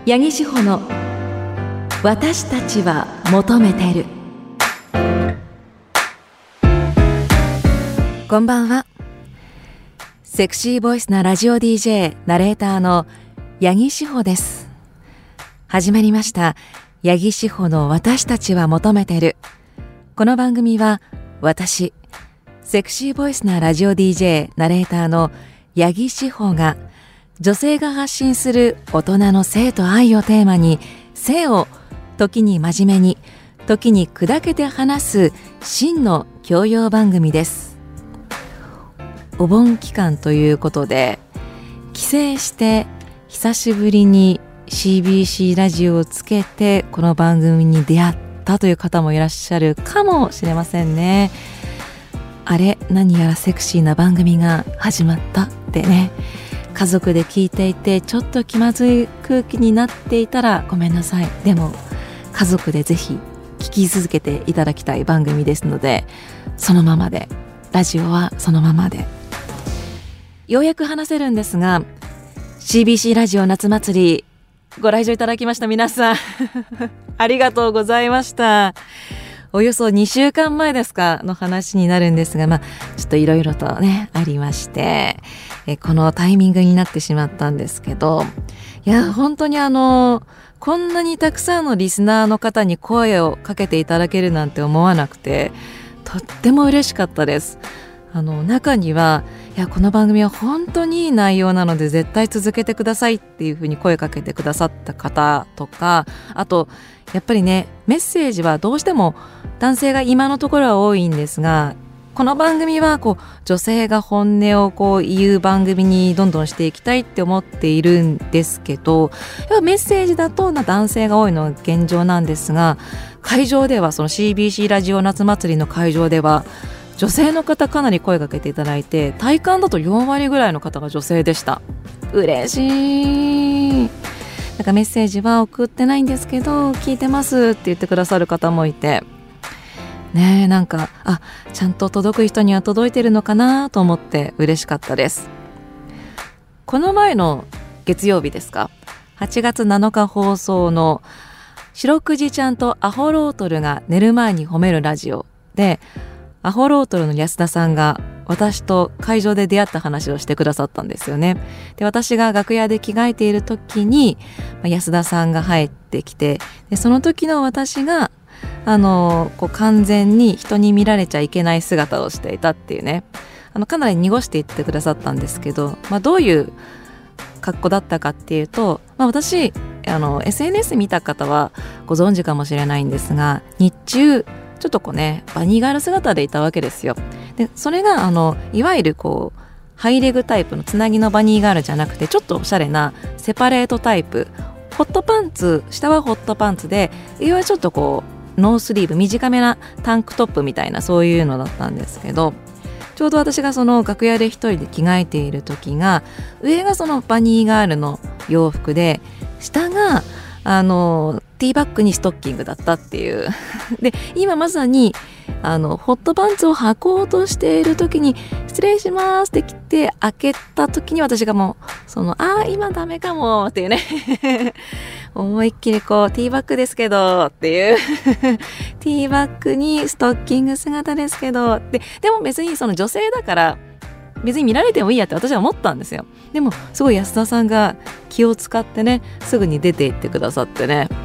八木志保の私たちは求めてる。こんばんは。セクシーボイスなラジオ DJ ナレーターの八木志保です。始まりました八木志保の私たちは求めてる。この番組は私セクシーボイスなラジオ DJ ナレーターの八木志保が女性が発信する大人の性と愛をテーマに、性を時に真面目に時に砕けて話す真の教養番組です。お盆期間ということで、帰省して久しぶりに CBC ラジオをつけてこの番組に出会ったという方もいらっしゃるかもしれませんね。あれ、何やらセクシーな番組が始まったってね、家族で聞いていてちょっと気まずい空気になっていたらごめんなさい。でも家族でぜひ聞き続けていただきたい番組ですので、そのままで、ラジオはそのままで。ようやく話せるんですが、 CBC ラジオ夏祭りご来場いただきました皆さんありがとうございました。およそ2週間前ですかの話になるんですが、ちょっといろいろとねありまして、このタイミングになってしまったんですけど、いや本当にこんなにたくさんのリスナーの方に声をかけていただけるなんて思わなくて、とっても嬉しかったです。中には、いやこの番組は本当にいい内容なので絶対続けてくださいっていうふうに声かけてくださった方とか、あとやっぱりね、メッセージはどうしても男性が今のところは多いんですが、この番組は女性が本音を言う番組にどんどんしていきたいって思っているんですけど、メッセージだと男性が多いのが現状なんですが、会場ではその CBC ラジオ夏祭りの会場では女性の方かなり声かけていただいて、体感だと4割ぐらいの方が女性でした。嬉しい。なんかメッセージは送ってないんですけど聞いてますって言ってくださる方もいてね、なんかちゃんと届く人には届いてるのかなと思って嬉しかったです。この前の月曜日ですか、8月7日放送の白くじちゃんとアホロートルが寝る前に褒めるラジオで、アホロートルの安田さんが私と会場で出会った話をしてくださったんですよね。で、私が楽屋で着替えている時に安田さんが入ってきて、でその時の私が完全に人に見られちゃいけない姿をしていたっていうね、かなり濁して言ってくださったんですけど、どういう格好だったかっていうと、私SNS 見た方はご存知かもしれないんですが、日中ちょっとバニーガール姿でいたわけですよ。でそれがいわゆるハイレグタイプのつなぎのバニーガールじゃなくて、ちょっとおしゃれなセパレートタイプ、ホットパンツ、下はホットパンツで上はちょっとノースリーブ、短めなタンクトップみたいな、そういうのだったんですけど、ちょうど私がその楽屋で一人で着替えている時が、上がそのバニーガールの洋服で、下がティーバッグにストッキングだったっていうで、今まさにホットパンツを履こうとしている時に、失礼しますって来て開けた時に、私がもう今ダメかもっていうね思いっきりティーバッグですけどっていうティーバッグにストッキング姿ですけどって、でも別に女性だから別に見られてもいいやって私は思ったんですよ。でもすごい安田さんが気を使ってね、すぐに出て行ってくださってね、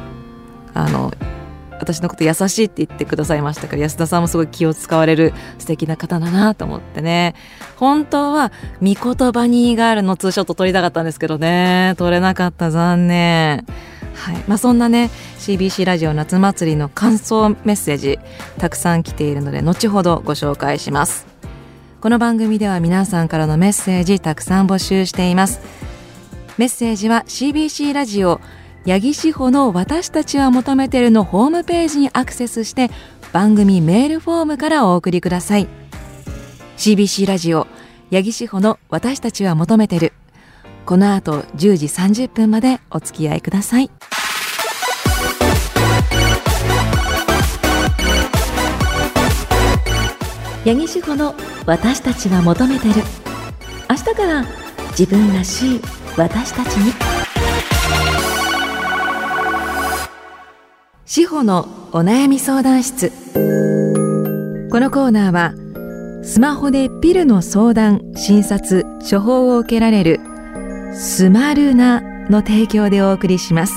私のこと優しいって言ってくださいましたから、安田さんもすごい気を使われる素敵な方だなと思ってね。本当はみことバニーガールのツーショット撮りたかったんですけどね、撮れなかった、残念。はい、そんなね CBC ラジオ夏祭りの感想メッセージたくさん来ているので、後ほどご紹介します。この番組では皆さんからのメッセージたくさん募集しています。メッセージは CBC ラジオ八木志保の私たちは求めてるのホームページにアクセスして番組メールフォームからお送りください。 CBC ラジオ八木志保の私たちは求めてる、この後10時30分までお付き合いください。八木志保の私たちは求めてる、明日から自分らしい私たちに。 志保のお悩み相談室。このコーナーはスマホでピルの相談、診察、処方を受けられるスマルナの提供でお送りします。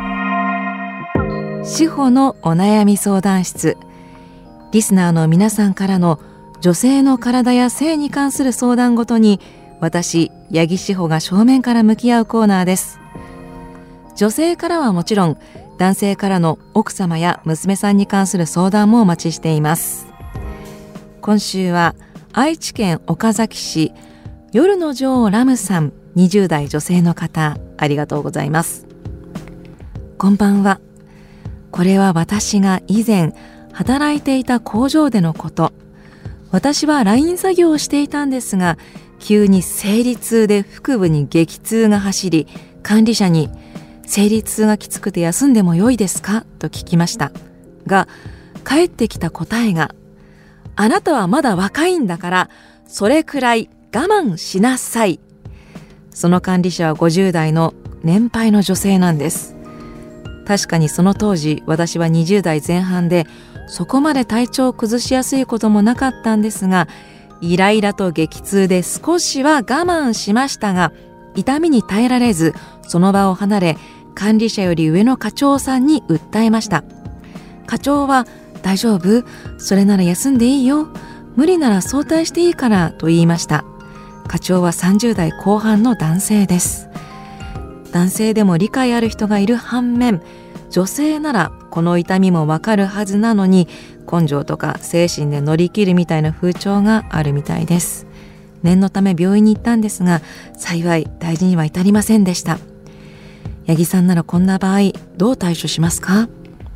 志保のお悩み相談室。リスナーの皆さんからの女性の体や性に関する相談ごとに、私八木志保が正面から向き合うコーナーです。女性からはもちろん、男性からの奥様や娘さんに関する相談もお待ちしています。今週は愛知県岡崎市、夜の女王ラムさん、20代女性の方、ありがとうございます。こんばんは。これは私が以前働いていた工場でのこと。私はライン作業をしていたんですが、急に生理痛で腹部に激痛が走り、管理者に生理痛がきつくて休んでも良いですかと聞きましたが、返ってきた答えが、あなたはまだ若いんだからそれくらい我慢しなさい。その管理者は50代の年配の女性なんです。確かにその当時、私は20代前半で、そこまで体調を崩しやすいこともなかったんですが、イライラと激痛で少しは我慢しましたが、痛みに耐えられず、その場を離れ、管理者より上の課長さんに訴えました。課長は、大丈夫？それなら休んでいいよ。無理なら早退していいからと言いました。課長は30代後半の男性です。男性でも理解ある人がいる反面、女性ならこの痛みもわかるはずなのに、根性とか精神で乗り切るみたいな風潮があるみたいです。念のため病院に行ったんですが、幸い大事には至りませんでした。八木さんならこんな場合どう対処しますか？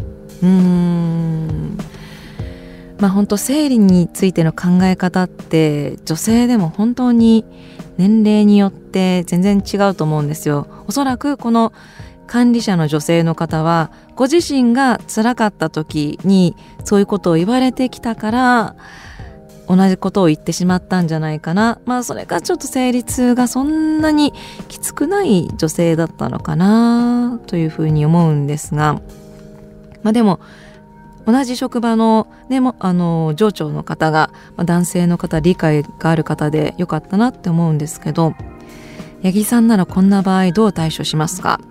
本当生理についての考え方って女性でも本当に年齢によって全然違うと思うんですよ。おそらくこの管理者の女性の方はご自身が辛かった時にそういうことを言われてきたから同じことを言ってしまったんじゃないかな。それかちょっと生理痛がそんなにきつくない女性だったのかなというふうに思うんですが、でも同じ職場の、上長の方が、男性の方、理解がある方でよかったなって思うんですけど、八木さんならこんな場合どう対処しますか？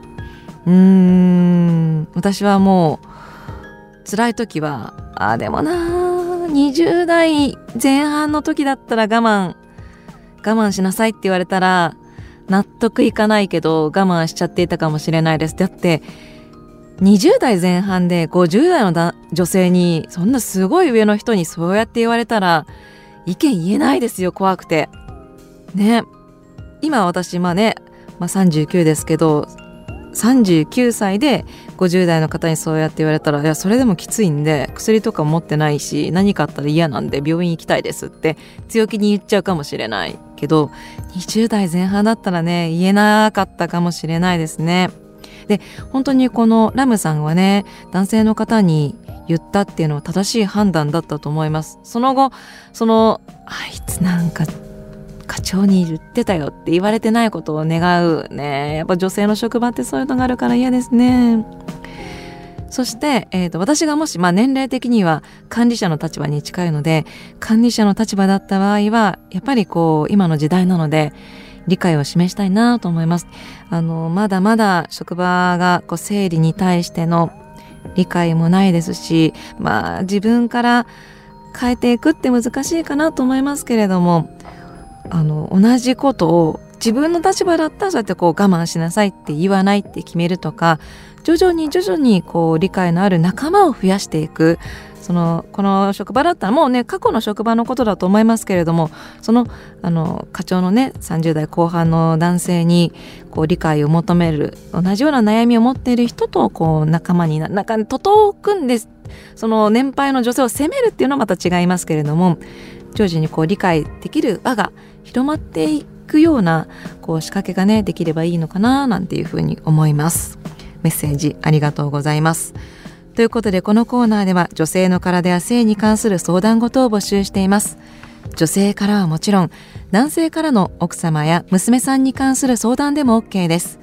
私はもう辛い時はでもな20代前半の時だったら我慢しなさいって言われたら納得いかないけど我慢しちゃっていたかもしれないです。だって20代前半で50代の女性にそんなすごい上の人にそうやって言われたら意見言えないですよ、怖くてね。今私39ですけど、39歳で50代の方にそうやって言われたら、いやそれでもきついんで薬とか持ってないし何かあったら嫌なんで病院行きたいですって強気に言っちゃうかもしれないけど、20代前半だったらね言えなかったかもしれないですね。で本当にこのラムさんはね、男性の方に言ったっていうのは正しい判断だったと思います。その後あいつなんか課長に言ってたよって言われてないことを願うね。やっぱ女性の職場ってそういうのがあるから嫌ですね。そして、私がもし、年齢的には管理者の立場に近いので、管理者の立場だった場合はやっぱり今の時代なので理解を示したいなと思います。まだまだ職場が生理に対しての理解もないですし、自分から変えていくって難しいかなと思いますけれども、同じことを自分の立場だったらそうやって我慢しなさいって言わないって決めるとか、徐々に理解のある仲間を増やしていく。この職場だったらもうね過去の職場のことだと思いますけれども、課長のね30代後半の男性に理解を求める、同じような悩みを持っている人と仲間に徒党を組んでその年配の女性を責めるっていうのはまた違いますけれども、徐々に理解できる輪が広まっていくような仕掛けがねできればいいのかななんていうふうに思います。メッセージありがとうございます。ということでこのコーナーでは女性の体や性に関する相談事を募集しています。女性からはもちろん男性からの奥様や娘さんに関する相談でも OK です。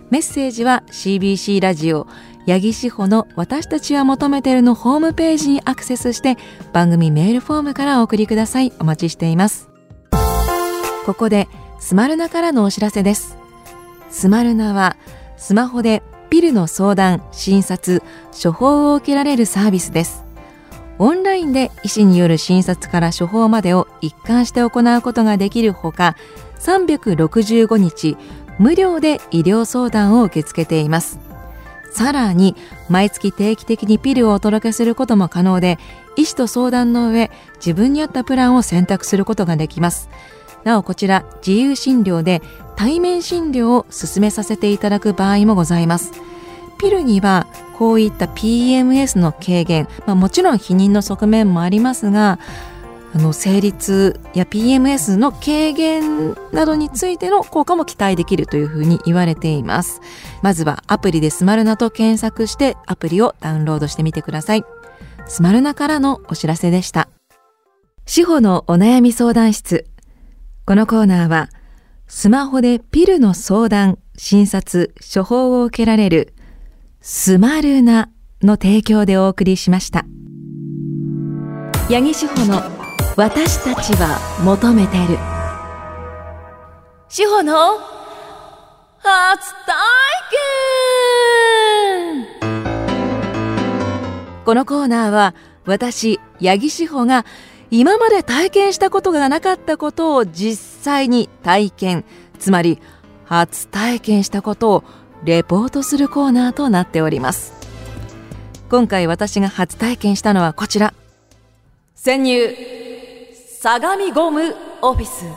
メッセージは CBC ラジオ八木志保の私たちは求めてるのホームページにアクセスして番組メールフォームからお送りください。お待ちしています。ここでスマルナからのお知らせです。スマルナはスマホでピルの相談、診察、処方を受けられるサービスです。オンラインで医師による診察から処方までを一貫して行うことができるほか、365日無料で医療相談を受け付けています。さらに毎月定期的にピルをお届けすることも可能で、医師と相談の上自分に合ったプランを選択することができます。なおこちら自由診療で対面診療を進めさせていただく場合もございます。ピルにはこういった PMS の軽減、もちろん避妊の側面もありますが、生理痛や PMS の軽減などについての効果も期待できるというふうに言われています。まずはアプリでスマルナと検索してアプリをダウンロードしてみてください。スマルナからのお知らせでした。志保のお悩み相談室。このコーナーはスマホでピルの相談、診察、処方を受けられるスマルナの提供でお送りしました。八木志保の私たちは求めてる。志保の初体験。このコーナーは私八木志保が今まで体験したことがなかったことを実際に体験、つまり初体験したことをレポートするコーナーとなっております。今回私が初体験したのはこちら。潜入相模ゴムオフィス。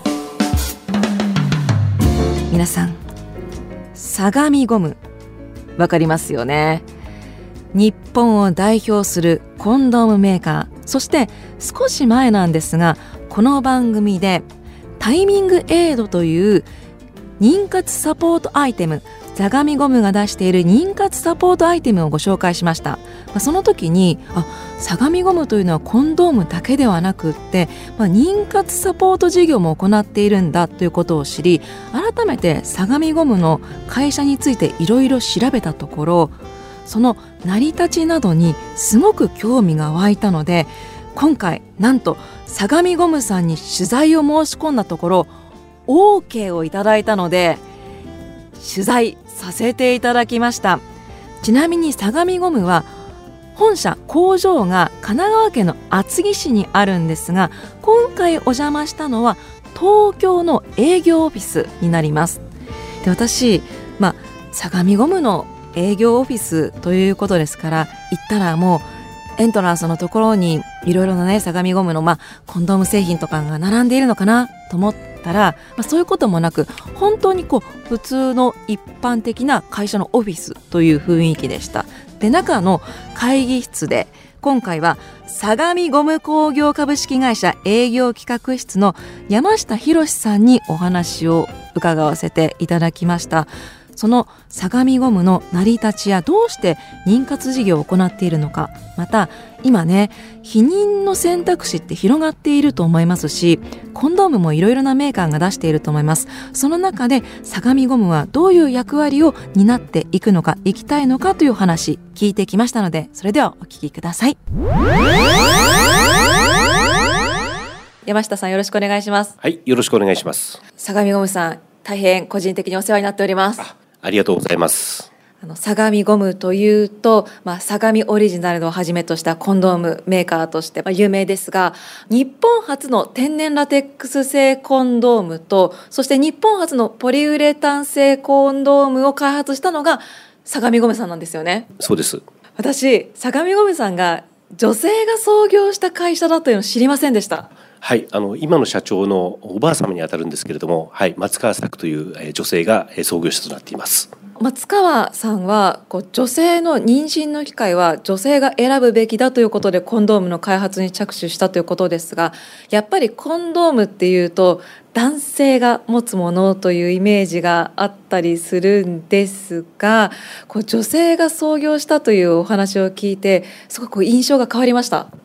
皆さん、相模ゴムわかりますよね。日本を代表するコンドームメーカー、そして少し前なんですが、この番組でタイミングエイドという妊活サポートアイテム、相模ゴムが出している妊活サポートアイテムをご紹介しました。その時に相模ゴムというのはコンドームだけではなくって、妊活サポート事業も行っているんだということを知り、改めて相模ゴムの会社についていろいろ調べたところ、その成り立ちなどにすごく興味が湧いたので、今回なんと相模ゴムさんに取材を申し込んだところ OK をいただいたので取材させていただきました。ちなみに相模ゴムは本社工場が神奈川県の厚木市にあるんですが、今回お邪魔したのは東京の営業オフィスになります。で、私、相模ゴムの営業オフィスということですから、行ったらもうエントランスのところにいろいろな相模ゴムのコンドーム製品とかが並んでいるのかなと思ったら、そういうこともなく、本当に普通の一般的な会社のオフィスという雰囲気でした。で、中の会議室で今回は相模ゴム工業株式会社営業企画室の山下博さんにお話を伺わせていただきました。その相模ゴムの成り立ちやどうして妊活事業を行っているのか、また今ね、避妊の選択肢って広がっていると思いますし、コンドームもいろいろなメーカーが出していると思います。その中で相模ゴムはどういう役割を担っていくのか、いきたいのかという話聞いてきましたので、それではお聞きください。山下さん、よろしくお願いします。 はい、よろしくお願いします。 相模ゴムさん、大変個人的にお世話になっております。 ありがとうございます。 相模ゴムというと、相模オリジナルをはじめとしたコンドームメーカーとして有名ですが、日本初の天然ラテックス製コンドームと、そして日本初のポリウレタン製コンドームを開発したのが相模ゴムさんなんですよね。 そうです。 私、相模ゴムさんが女性が創業した会社だというのを知りませんでした。 はい、今の社長のおばあ様にあたるんですけれども、はい、松川作という女性が創業者となっています。 松川さんは女性の妊娠の機会は女性が選ぶべきだということでコンドームの開発に着手したということですが、やっぱりコンドームっていうと男性が持つものというイメージがあったりするんですが、女性が創業したというお話を聞いてすごく印象が変わりました。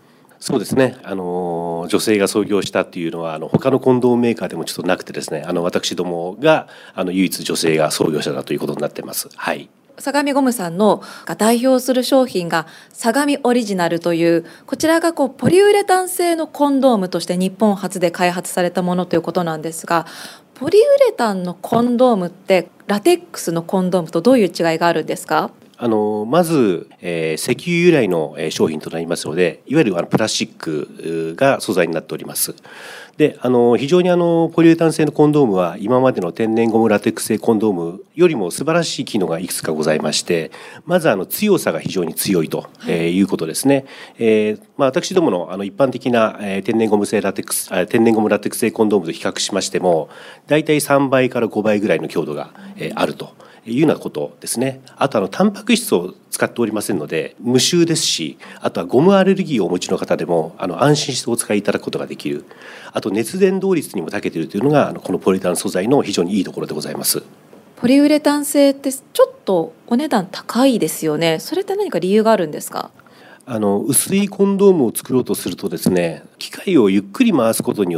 そうですね、女性が創業したっていうのは他のコンドームメーカーでもちょっとなくてですね、私どもが唯一女性が創業者だということになっています。はい。 相模ゴムさんの代表する商品が相模オリジナルという、こちらがポリウレタン製のコンドームとして日本初で開発されたものということなんですが、ポリウレタンのコンドームってラテックスのコンドームとどういう違いがあるんですか？ まず、石油由来の商品となりますので、いわゆるプラスチックが素材になっております。で、非常にポリウレタン製のコンドームは今までの天然ゴムラテックス製コンドームよりも素晴らしい機能がいくつかございまして、まず強さが非常に強いということですね。私どもの一般的な天然ゴムラテックス製コンドームと比較しましても、だいたい3倍から5倍ぐらいの強度があるというようなことですね。あとタンパク質を使っておりませんので無臭ですし、あとはゴムアレルギーをお持ちの方でも安心してお使いいただくことができる。あと熱伝導率にも長けているというのがこのポリウレタン素材の非常にいいところでございます。 ポリウレタン製ってちょっとお値段高いですよね。それって何か理由があるんですか？ 薄いコンドームを作ろうとするとですね、機械をゆっくり回すことによって、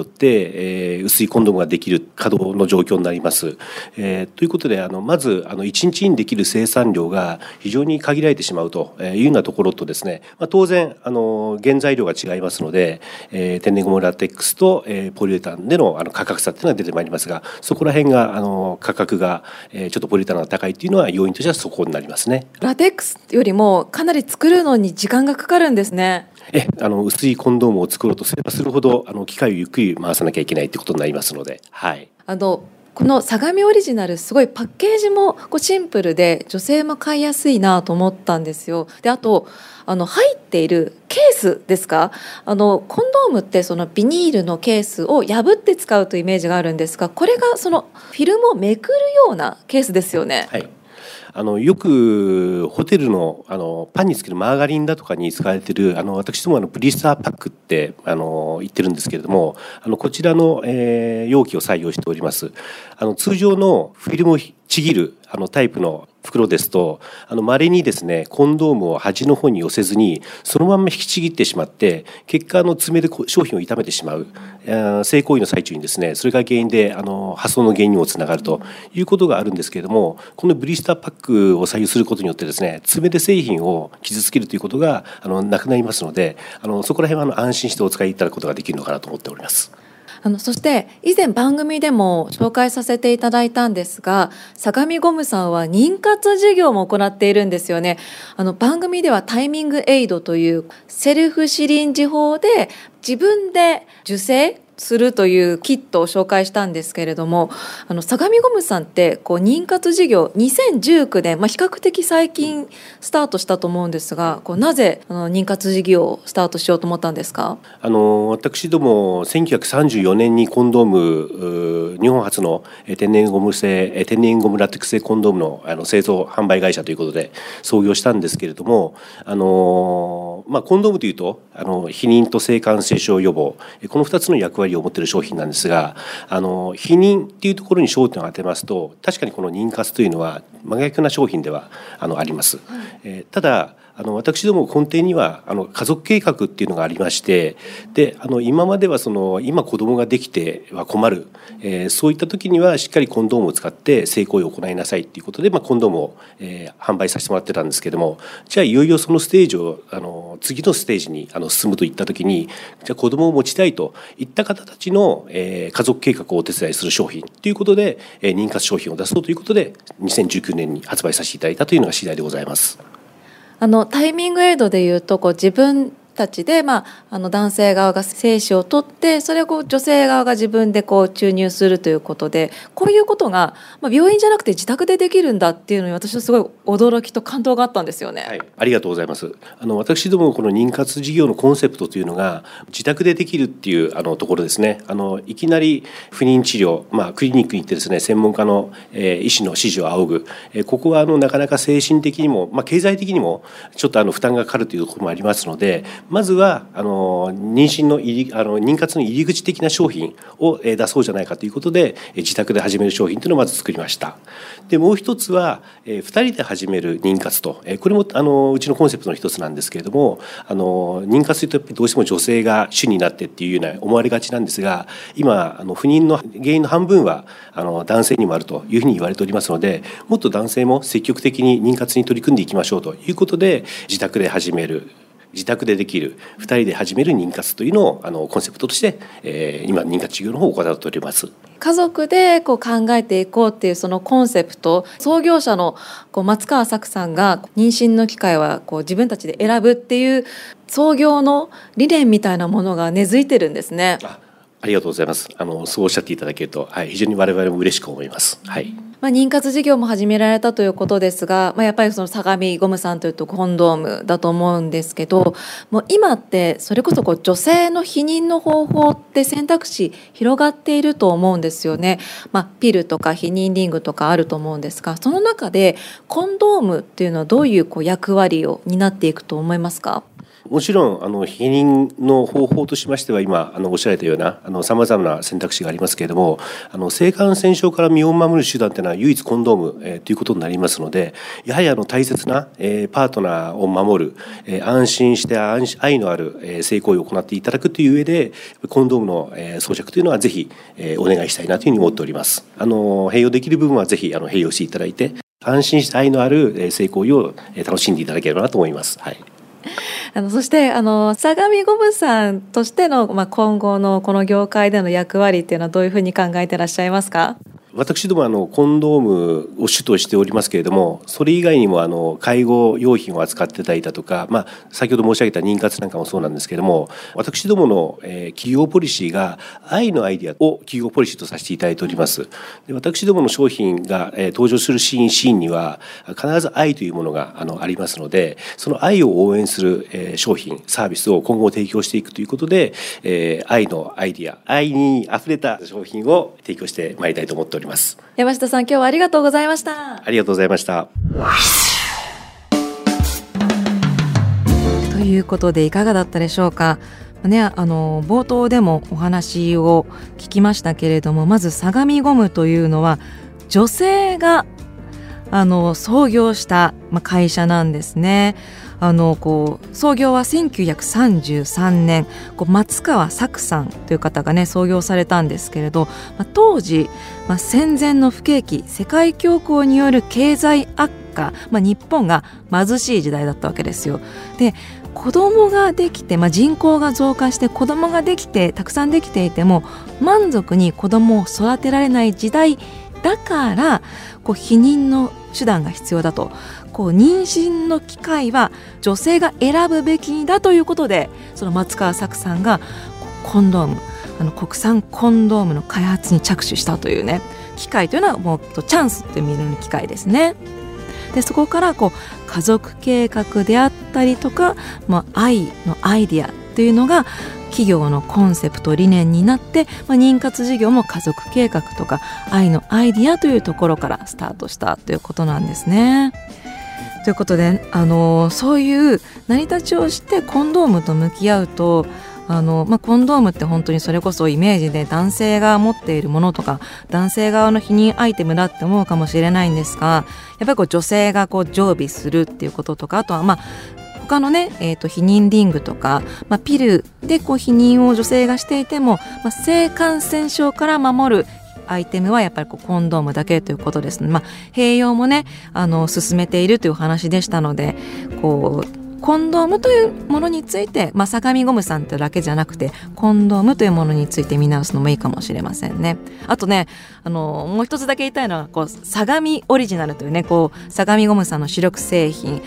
薄いコンドームができる稼働の状況になります。ということでまず1日にできる生産量が非常に限られてしまうというようなところとですね、当然原材料が違いますので、天然ゴムラテックスと、ポリウレタンでの価格差っていうのが出てまいりますが、そこら辺が価格がちょっとポリウレタンが高いっていうのは要因としてはそこになりますね。 ラテックスよりもかなり作るのに時間がかかるんですね。 薄いコンドームを作ろうとすればするほど機械をゆっくり回さなきゃいけないってことになりますので、はい。 この相模オリジナル、すごいパッケージもシンプルで女性も買いやすいなと思ったんですよ。で、あと入っているケースですか？コンドームってそのビニールのケースを破って使うというイメージがあるんですが、これがそのフィルムをめくるようなケースですよね。 はい。よくホテルのパンにつけるマーガリンだとかに使われている私どもブリスターパックって言ってるんですけれども、こちらの、容器を採用しております。通常のフィルムをちぎるタイプの袋ですと稀にですねコンドームを端の方に寄せずにそのまま引きちぎってしまって結果爪で商品を傷めてしまう性行為の最中にですね、それが原因で破損の原因にもつながるということがあるんですけれども、このブリスターパックを採用することによってですね、爪で製品を傷つけるということがなくなりますので、そこら辺は安心してお使いいただくことができるのかなと思っております。 そして以前番組でも紹介させていただいたんですが、相模ゴムさんは妊活事業も行っているんですよね。番組ではタイミングエイドというセルフシリンジ法で自分で受精するというキットを紹介したんですけれども、相模ゴムさんって妊活事業2019年、比較的最近スタートしたと思うんですが、なぜ妊活事業をスタートしようと思ったんですか？ 私ども1934年にコンドーム日本初の天然ゴムラテックス製コンドームの製造販売会社ということで創業したんですけれども、コンドームというと避妊と性感染症予防、この2つの役割を持っている商品なんですが、避妊っていうところに焦点を当てますと、確かにこの妊活というのは真逆な商品ではあります。ただ私ども根底には家族計画っていうのがありまして、で今までは今子供ができては困る、そういった時にはしっかりコンドームを使って性行為を行いなさいっていうことで、コンドームを、販売させてもらってたんですけども、じゃあいよいよそのステージを次のステージに進むといった時に、じゃあ子供を持ちたいといった方たちの、家族計画をお手伝いする商品ということで、妊活商品を出そうということで2019年に発売させていただいたというのが次第でございます。 タイミングエイドでいうと自分たちで、男性側が精子を取って、それを女性側が自分で注入するということで、こういうことが、病院じゃなくて自宅でできるんだっていうのに私はすごい驚きと感動があったんですよね。 はい、ありがとうございます。私どもこの妊活事業のコンセプトというのが自宅でできるっていうところですね。いきなり不妊治療、クリニックに行ってですね、専門家の、医師の指示を仰ぐ、ここはなかなか精神的にも、経済的にもちょっと負担がかかるというところもありますので、 まずは妊活の入り口的な商品を出そうじゃないかということで、自宅で始める商品というのをまず作りました。でもう一つは、2人で始める妊活と、これもうちのコンセプトの一つなんですけれども、妊活というとどうしても女性が主になってっていうような思われがちなんですが、今不妊の原因の半分は男性にもあるというふうに言われておりますので、もっと男性も積極的に妊活に取り組んでいきましょうということで、自宅で始める、自宅でできる、2人で始める妊活というのをコンセプトとして、今妊活事業の方を行っております。 家族で考えていこうっていうそのコンセプト、創業者の松川作さんが妊娠の機会は自分たちで選ぶっていう創業の理念みたいなものが根付いてるんですね。 ありがとうございます。そうおっしゃっていただけると、非常に我々も嬉しく思います。 妊活事業も始められたということですが、やっぱりその相模ゴムさんというとコンドームだと思うんですけど、もう今ってそれこそ女性の避妊の方法って選択肢広がっていると思うんですよね。ピルとか避妊リングとかあると思うんですが、その中でコンドームっていうのはどういう役割を担っていくと思いますか？ もちろん避妊の方法としましては、今おっしゃられたようなさまざまな選択肢がありますけれども、性感染症から身を守る手段というのは唯一コンドーム、ということになりますので、やはり大切な、パートナーを守る、安心して愛のある、性行為を行っていただくという上で、コンドームの、装着というのはぜひ、お願いしたいなというふうに思っております。併用できる部分はぜひ併用していただいて、安心して愛のある、性行為を、楽しんでいただければなと思います。 そして相模ゴムさんとしての、今後のこの業界での役割っていうのはどういうふうに考えていらっしゃいますか？ 私どもコンドームを主としておりますけれども、それ以外にも介護用品を扱ってたりだとか、先ほど申し上げた妊活なんかもそうなんですけれども、私どもの、企業ポリシーが愛のアイデアを企業ポリシーとさせていただいております。で、私どもの商品が、登場するシーンには必ず愛というものがありますので、その愛を応援する、商品サービスを今後提供していくということで、愛のアイデア、愛にあふれた商品を提供してまいりたいと思っております。 山下さん、今日はありがとうございました。 ありがとうございました。 ということでいかがだったでしょうか。冒頭でもお話を聞きましたけれども、まず相模ゴムというのは女性が創業した会社なんですね。創業は1933年松川作さんという方がね創業されたんですけれど、当時、戦前の不景気、世界恐慌による経済悪化、日本が貧しい時代だったわけですよ。で、子供ができて、人口が増加して子供ができてたくさんできていても満足に子供を育てられない時代だから避妊の手段が必要だと、妊娠の機会は女性が選ぶべきだということで、その松川作さんがコンドーム、国産コンドームの開発に着手したというね、機会というのはもうチャンスという意味の機会ですね。で、そこから家族計画であったりとか、愛のアイディアというのが企業のコンセプト理念になって、妊活事業も家族計画とか愛のアイディアというところからスタートしたということなんですね。ということで、そういう成り立ちをしてコンドームと向き合うと、コンドームって本当にそれこそイメージで男性が持っているものとか男性側の避妊アイテムだって思うかもしれないんですが、やっぱり女性が常備するっていうこととか、あとは他のね、避妊リングとか、ピルで避妊を女性がしていても、性感染症から守るアイテムはやっぱりコンドームだけということですね。併用もね進めているという話でしたので、コンドームというものについて、相模ゴムさんというだけじゃなくてコンドームというものについて見直すのもいいかもしれませんね。あとね、もう一つだけ言いたいのは相模オリジナルというね、相模ゴムさんの主力製品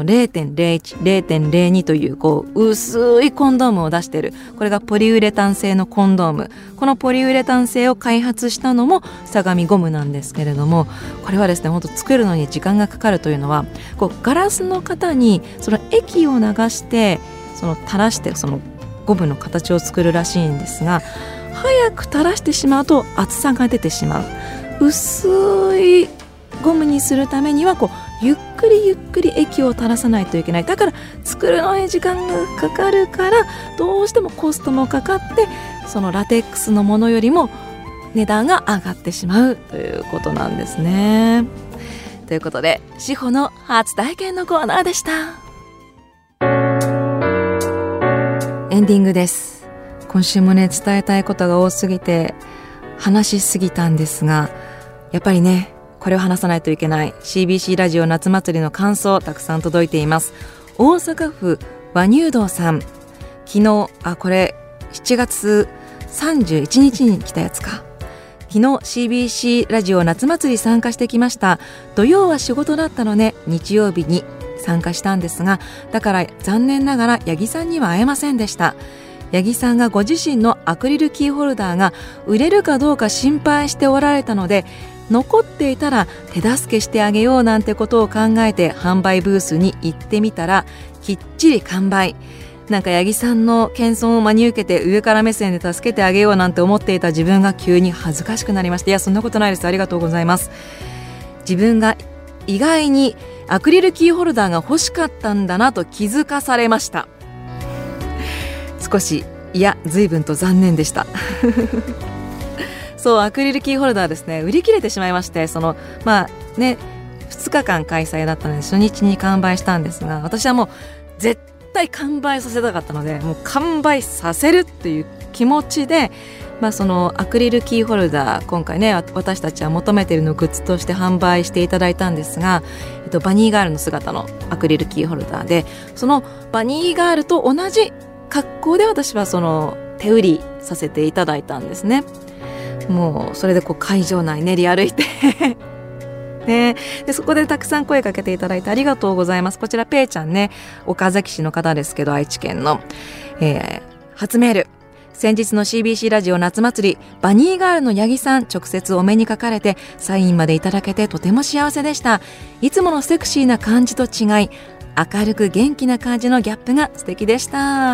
0.01、0.02 という薄いコンドームを出している。これがポリウレタン製のコンドーム。このポリウレタン製を開発したのも相模ゴムなんですけれども、これはですね、本当作るのに時間がかかるというのは、ガラスの型にその液を流して垂らしてそのゴムの形を作るらしいんですが、早く垂らしてしまうと厚さが出てしまう。薄いゴムにするためにはゆっくりゆっくり液を垂らさないといけない。だから作るのに時間がかかるから、どうしてもコストもかかって、そのラテックスのものよりも値段が上がってしまうということなんですね。ということで、志保の初体験のコーナーでした。エンディングです。今週もね、伝えたいことが多すぎて話しすぎたんですが、やっぱりね、これを話さないといけない CBC ラジオ夏祭りの感想、たくさん届いています。大阪府和乳道さん、昨日、これ7月31日に来たやつか。昨日 CBC ラジオ夏祭り参加してきました。土曜は仕事だったので日曜日に参加したんですが、だから残念ながら八木さんには会えませんでした。八木さんがご自身のアクリルキーホルダーが売れるかどうか心配しておられたので、残っていたら手助けしてあげようなんてことを考えて販売ブースに行ってみたら、きっちり完売。なんか八木さんの謙遜を真に受けて上から目線で助けてあげようなんて思っていた自分が急に恥ずかしくなりました。いや、そんなことないです。ありがとうございます。自分が意外にアクリルキーホルダーが欲しかったんだなと気づかされました。少し、いや随分と残念でしたそう、アクリルキーホルダーですね、売り切れてしまいまして、2日間開催だったので初日に完売したんですが、私はもう絶対完売させたかったので、もう完売させるっていう気持ちで、そのアクリルキーホルダー、今回ね、私たちは求めているのをグッズとして販売していただいたんですが、バニーガールの姿のアクリルキーホルダーで、そのバニーガールと同じ格好で私はその手売りさせていただいたんですね。もうそれで会場内練り歩いてね、でそこでたくさん声かけていただいてありがとうございます。こちらペイちゃんね、岡崎市の方ですけど、愛知県の、初メール。先日の CBC ラジオ夏祭り、バニーガールの八木さん直接お目にかかれてサインまでいただけてとても幸せでした。いつものセクシーな感じと違い、明るく元気な感じのギャップが素敵でした。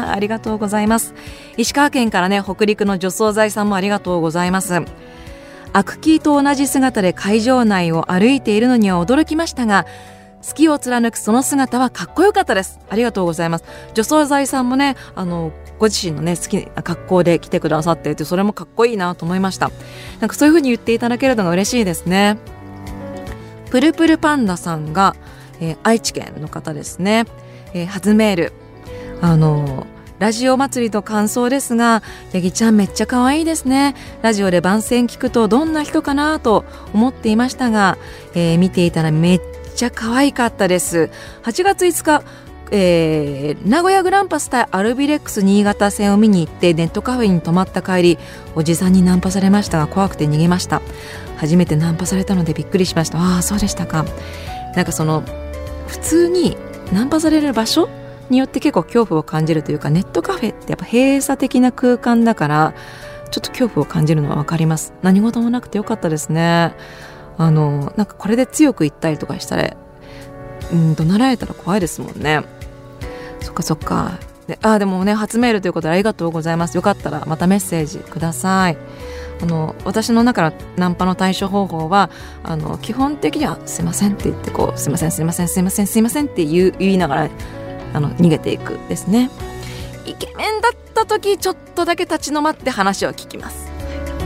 ありがとうございます。石川県からね、北陸の除草剤さんもありがとうございます。アクキーと同じ姿で会場内を歩いているのには驚きましたが、好きを貫くその姿はかっこよかったです。ありがとうございます。除草剤さんもね、ご自身のね、好きな格好で来てくださっていて、それもかっこいいなと思いました。なんかそういう風に言っていただけるのが嬉しいですね。プルプルパンダさんが、愛知県の方ですね。初メール。ラジオ祭りと感想ですが、ヤギちゃんめっちゃ可愛いですね。ラジオで番宣聞くとどんな人かなと思っていましたが、見ていたらめっちゃ可愛かったです。8月5日、名古屋グランパス対アルビレックス新潟戦を見に行ってネットカフェに泊まった帰り、おじさんにナンパされましたが怖くて逃げました。初めてナンパされたのでびっくりしました。ああ、そうでしたか。なんか普通にナンパされる場所によって結構恐怖を感じるというか、ネットカフェってやっぱ閉鎖的な空間だからちょっと恐怖を感じるのは分かります。何事もなくてよかったですね。なんかこれで強く言ったりとかしたら怒鳴られたら怖いですもんね。そっかそっか。でもね、初メールということでありがとうございます。よかったらまたメッセージください。私の中のナンパの対処方法は基本的にはすいませんって言ってすいませんすいませんすいませんすいませんって言いながら逃げていくですね。イケメンだった時ちょっとだけ立ち止まって話を聞きます。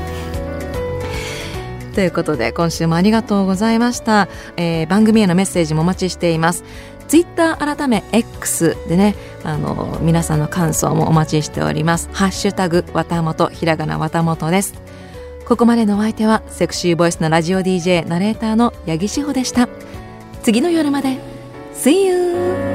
ということで今週もありがとうございました。番組へのメッセージもお待ちしています。ツイッター改め X でね、皆さんの感想もお待ちしております。ハッシュタグわたもと、ひらがなわたもとです。ここまでのお相手はセクシーボイスのラジオ DJ ナレーターの八木志保でした。次の夜まで See you!